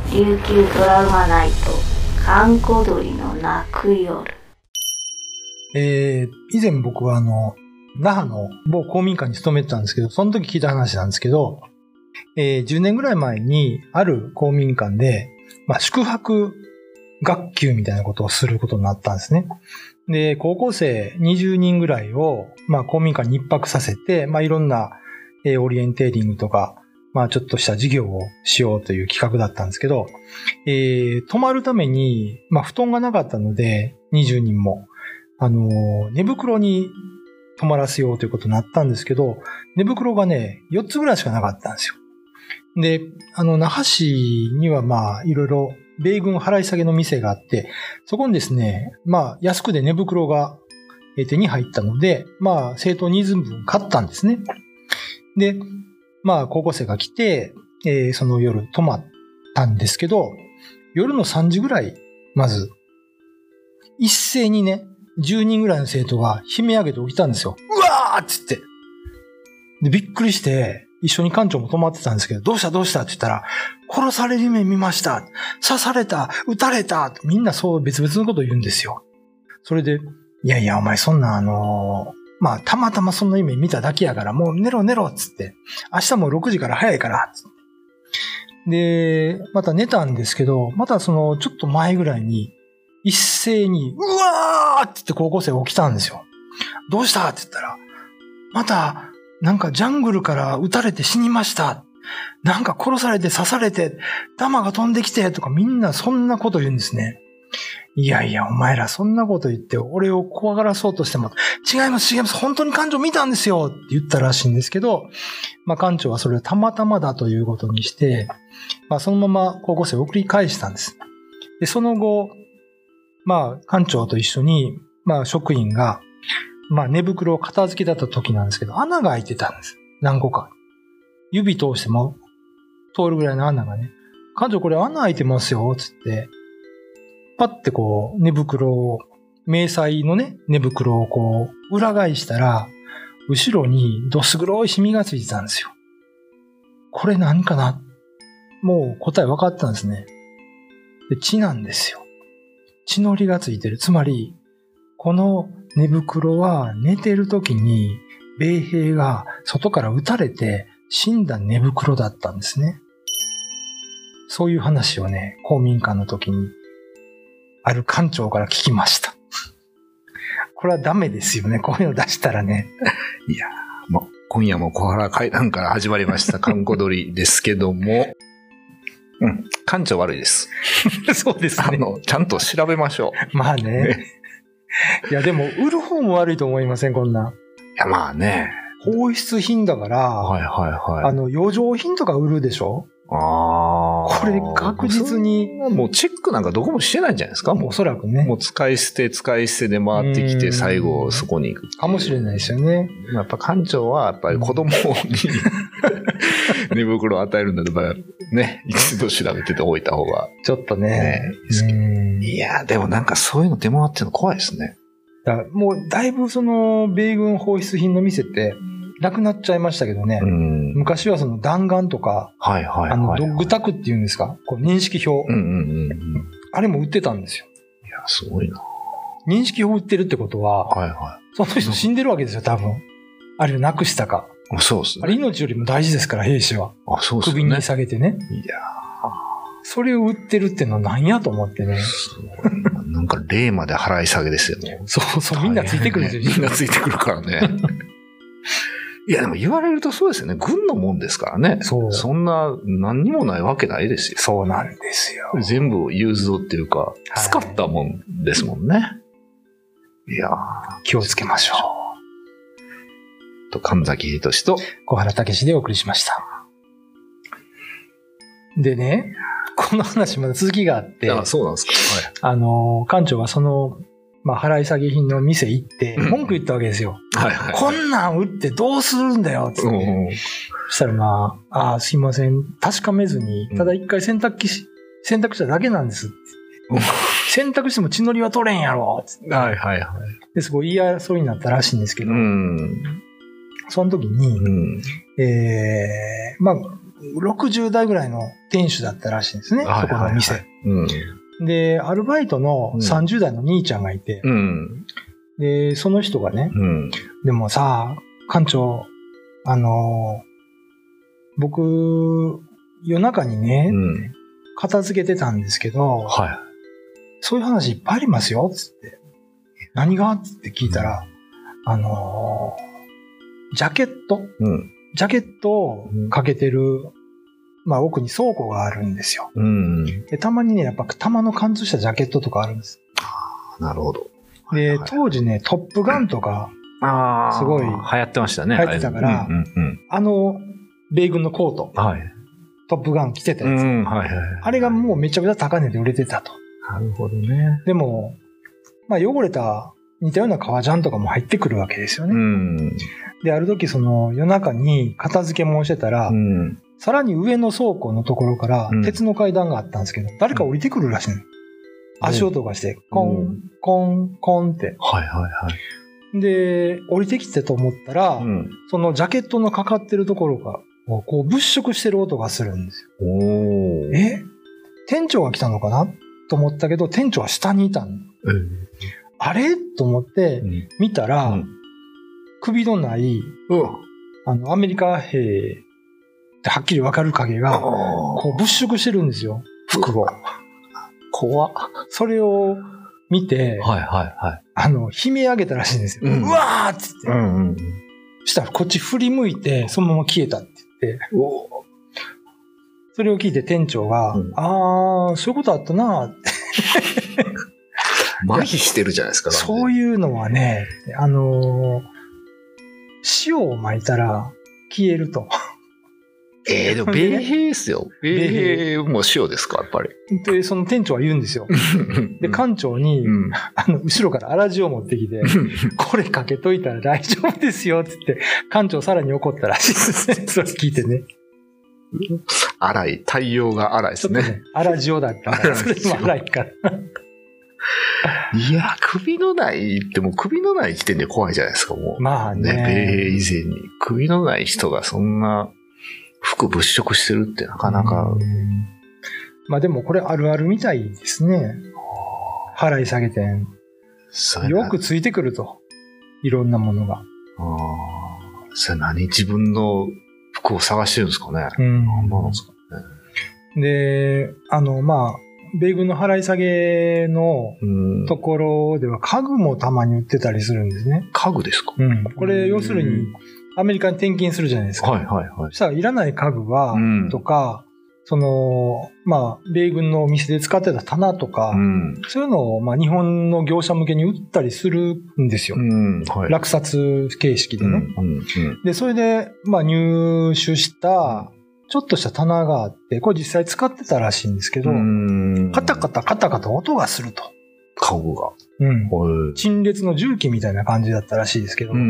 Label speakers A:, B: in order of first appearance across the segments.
A: 琉球ドラマナイト、閑古鳥の泣く夜。
B: 以前僕は那覇の某公民館に勤めてたんですけど、その時聞いた話なんですけど、10年ぐらい前にある公民館で、宿泊学級みたいなことをすることになったんですね。で、高校生20人ぐらいを、公民館に一泊させて、いろんな、オリエンテーリングとか、ちょっとした授業をしようという企画だったんですけど、泊まるために、布団がなかったので、20人も、寝袋に泊まらせようということになったんですけど、寝袋がね、4つぐらいしかなかったんですよ。で、那覇市にはいろいろ米軍払い下げの店があって、そこにですね、安くで寝袋が手に入ったので、生徒ニーズ分買ったんですね。で、高校生が来て、その夜泊まったんですけど、夜の3時ぐらい、まず、一斉にね、10人ぐらいの生徒が悲鳴上げて起きたんですよ。うわーっつって。で、びっくりして、一緒に館長も泊まってたんですけど、どうしたって言ったら、殺される夢見ました。刺された。撃たれた。みんなそう別々のことを言うんですよ。それで、いやお前そんなたまたまそんな夢見ただけやから、もう寝ろっつって。明日も6時から早いから、つって。で、また寝たんですけど、またちょっと前ぐらいに、一斉に、うわーって言って高校生起きたんですよ。どうしたって言ったら、また、なんかジャングルから撃たれて死にました。なんか殺されて刺されて、弾が飛んできてとかみんなそんなこと言うんですね。いやお前らそんなこと言って俺を怖がらそうとしても、違います、本当に館長見たんですよって言ったらしいんですけど、館長はそれをたまたまだということにして、そのまま高校生を送り返したんです。で、その後、館長と一緒に、職員が、寝袋を片付けた時なんですけど、穴が開いてたんです。何個か。指通しても通るぐらいの穴がね。館長これ穴開いてますよ、つって、パッて寝袋を、迷彩のね、寝袋を裏返したら、後ろにどす黒いシミがついてたんですよ。これ何かな？もう答え分かったんですね。で、血なんですよ。血のりがついてる。つまり、この寝袋は寝てる時に米兵が外から撃たれて死んだ寝袋だったんですね。そういう話をね、公民館の時にある館長から聞きました。これはダメですよね。こういうの出したらね。
C: いやー、もう今夜も小原階段から始まりました閑古鳥ですけども、館長悪いです。
B: そうですね。
C: ちゃんと調べましょう。
B: ね。いやでも売る方も悪いと思いませんこんな。
C: いやね。
B: 放出品だから、余剰品とか売るでしょ。これ確実に
C: もうチェックなんかどこもしてないんじゃないですか。もう
B: おそらくね。
C: もう使い捨てで回ってきて最後そこに行く
B: かもしれないですよね。
C: やっぱ館長はやっぱり子供に寝袋を与えるんだったらね、一度調べてておいた方が
B: ちょっとね。
C: いやでもなんかそういうの出回ってるの怖いですね。
B: もうだいぶ米軍放出品の店ってなくなっちゃいましたけどね。昔は弾丸とか、ドッグタクっていうんですか、認識表、あれも売ってたんですよ。
C: いや、すごいな。
B: 認識表売ってるってことは、その人死んでるわけですよ、多分。あれをなくしたか。
C: そうですね。
B: あれ命よりも大事ですから、兵士は。
C: そうですね。
B: 首に下げてね。
C: いや
B: それを売ってるってのは何やと思ってね。
C: なんか霊まで払い下げですよね。
B: そう、みんなついてくるんですよ。
C: みんなついてくるからね。いやでも言われるとそうですよね。軍のもんですからね。そんな何にもないわけないですよ。
B: そうなんですよ。
C: 全部ユーズドっていうか、使ったもんですもんね。いや
B: 気をつけましょ
C: う。神崎秀俊と
B: 小原武史でお送りしました。でね、この話まだ続きがあって。
C: そうなんですか。
B: 館長は払い下げ品の店行って、文句言ったわけですよ。こんなん売ってどうするんだよ、つって。そしたらすいません、確かめずに、ただ一回選択しただけなんですって。選択しても血のりは取れんやろ、つって。で、すごい言い争いになったらしいんですけど、その時に、 60代ぐらいの店主だったらしいんですね、そこの店。で、アルバイトの30代の兄ちゃんがいて、で、その人がね、でもさ、館長、僕、夜中にね、片付けてたんですけど、そういう話いっぱいありますよ、つって。何がつって聞いたら、ジャケットをかけてる、まあ奥に倉庫があるんですよ。でたまにね、やっぱ玉の貫通したジャケットとかあるんです。
C: なるほど。
B: で、当時ね、トップガンとか、すごい
C: 流行ってましたね。
B: 流行ってたから、米軍のコート、トップガン着てたやつ。あれがもうめちゃくちゃ高値で売れてたと。
C: なるほどね。
B: でも、まあ汚れた似たような革ジャンとかも入ってくるわけですよね。で、ある時その夜中に片付けもしてたら、さらに上の倉庫のところから鉄の階段があったんですけど、誰か降りてくるらしいの。足音がして、コン、コン、コンって。で、降りてきてと思ったら、そのジャケットのかかってるところが、こう物色してる音がするんですよ。店長が来たのかなと思ったけど、店長は下にいたの。あれと思って見たら、首のない、アメリカ兵ってはっきりわかる影が、こう物色してるんですよ。服を。
C: 怖っ。
B: それを見て、悲鳴上げたらしいんですよ。うわーっつって。したらこっち振り向いて、そのまま消えたって言って。それを聞いて店長が、そういうことあったなって。
C: 麻痺してるじゃないですか。
B: そういうのはね、塩を撒いたら消えると。
C: でも米兵ですよ。米兵も塩ですか、やっぱり。
B: で、その店長は言うんですよ。で、館長に、後ろから粗塩を持ってきて、これかけといたら大丈夫ですよって言って、館長さらに怒ったらしいですね。それ聞いてね。
C: 対応が荒いですね。
B: 粗塩だったから、それも荒いから。
C: いや、首のないってもう首のない時点で怖いじゃないですか、もう。
B: まあね。
C: 米兵以前に。首のない人がそんな服物色してるってなかなか。
B: まあでもこれあるあるみたいですね。払い下げ店。よくついてくると。いろんなものが。
C: それ自分の服を探してるんですかね。何なんですか
B: ね。で、まあ、米軍の払い下げのところでは家具もたまに売ってたりするんですね。
C: 家具ですか？
B: これ要するにアメリカに転勤するじゃないですか。そしたらいらない家具は、とか、まあ、米軍のお店で使ってた棚とか、そういうのを、まあ、日本の業者向けに売ったりするんですよ。落札形式でね。で、それで、まあ、入手した、ちょっとした棚があって、これ実際使ってたらしいんですけど、カタカタカタカタ音がすると。
C: 家具が。
B: 陳列の重機みたいな感じだったらしいですけど。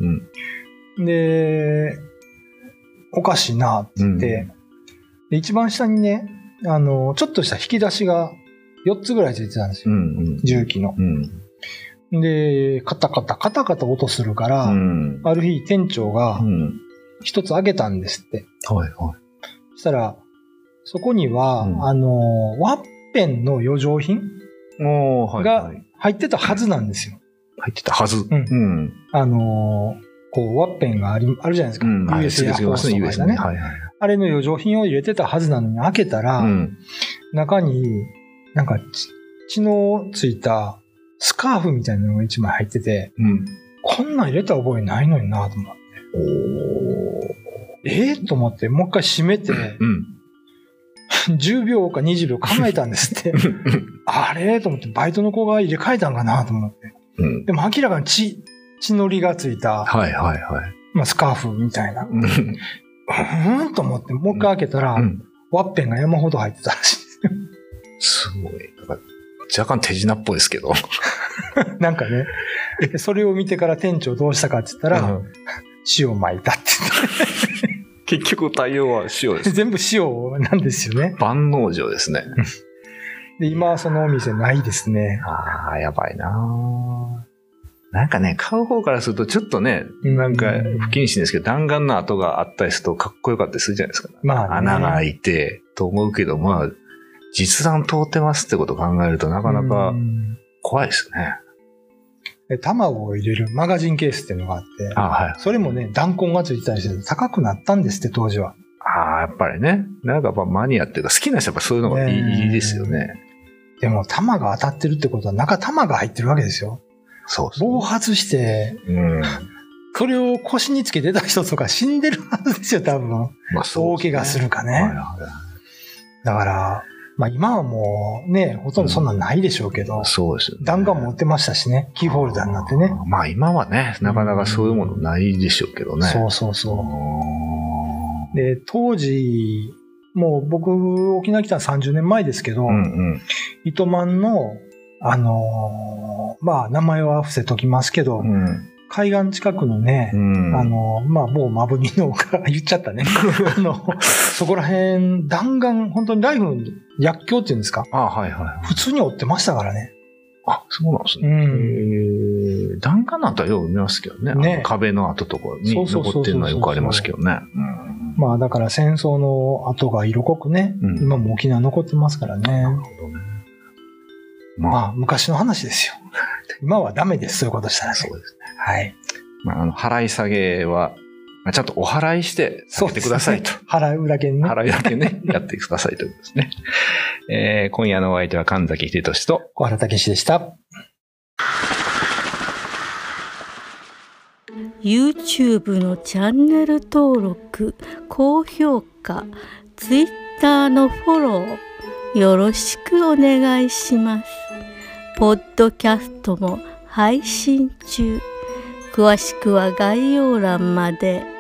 B: で、おかしいなって言って、で一番下にね、ちょっとした引き出しが4つぐらいついてたんですよ。重機の。で、カタカタカタカタ音するから、ある日店長が一つ開けたんですって。そしたら、そこには、ワッペンの余剰品が入ってたはずなんですよ。
C: 入ってたはず。
B: こう、ワッペンがあるじゃないですか。US エアフォースとかね。あれの余剰品を入れてたはずなのに開けたら、中になんか血のついたスカーフみたいなのが一枚入ってて、こんなん入れた覚えないのになと思って。と思って、もう一回閉めて、10秒か20秒考えたんですって。あれと思って、バイトの子が入れ替えたんかなと思って。でも明らかに血のりがついた、まあ、スカーフみたいな。と思って、もう一回開けたら、ワッペンが山ほど入ってたらしい
C: ですよ。すごい。若干手品っぽいですけど。
B: なんかね、それを見てから店長どうしたかって言ったら、塩を撒いたって言って。
C: 結局対応は塩です。
B: 全部塩なんですよね。
C: 万能塩ですね。
B: で、今はそのお店ないですね。
C: やばいななんかね、買う方からするとちょっとね、なんか不謹慎ですけど、弾丸の跡があったりするとかっこよかったりするじゃないですか。
B: まあね
C: 穴が開いて、と思うけど、まあ、実弾通ってますってことを考えるとなかなか怖いですね。
B: で卵を入れるマガジンケースっていうのがあって、
C: はい。
B: それもね、弾痕がついてたりして高くなったんですって、当時は。
C: やっぱりね。なんかやっぱマニアっていうか好きな人はやっぱそういうのがいいですよね。
B: でも弾が当たってるってことは中弾が入ってるわけですよ。
C: そうそう。
B: 暴発して、それを腰につけてた人とか死んでるはずですよ、多分。
C: まあそう
B: 大怪我するかね。
C: はいはい、
B: だから、まあ今はもうね、ほとんどそんなんないでしょうけど、
C: そうですよね。
B: 弾丸持ってましたしね、キーホルダーになってね。
C: まあ今はね、なかなかそういうものないでしょうけどね。
B: そうそうそう。で、当時、もう僕、沖縄来たの30年前ですけど、糸満の、まあ名前は伏せときますけど、海岸近くのね、まあ某マブニの言っちゃったね。そこら辺、弾丸、本当にライフの薬莢っていうんですか。
C: はいはい。
B: 普通に折ってましたからね。
C: そうなんですね。弾丸なんてよく見ますけどね。壁の跡とかに残ってるのはよくありますけどね。
B: まあだから戦争の跡が色濃くね、今も沖縄残ってますからね。なるほどね。まあ昔の話ですよ。今はダメです、そういうことしたらね。
C: そうですね。
B: はい。
C: まあ払い下げは、ちゃんとお払いして下げてくださいと。
B: 払うだけね。
C: 払いだけね、やってくださいということですね。今夜のお相手は神崎秀俊と
B: 小原武史でした。
D: YouTube のチャンネル登録、高評価、Twitter のフォロー、よろしくお願いします。ポッドキャストも配信中。詳しくは概要欄まで。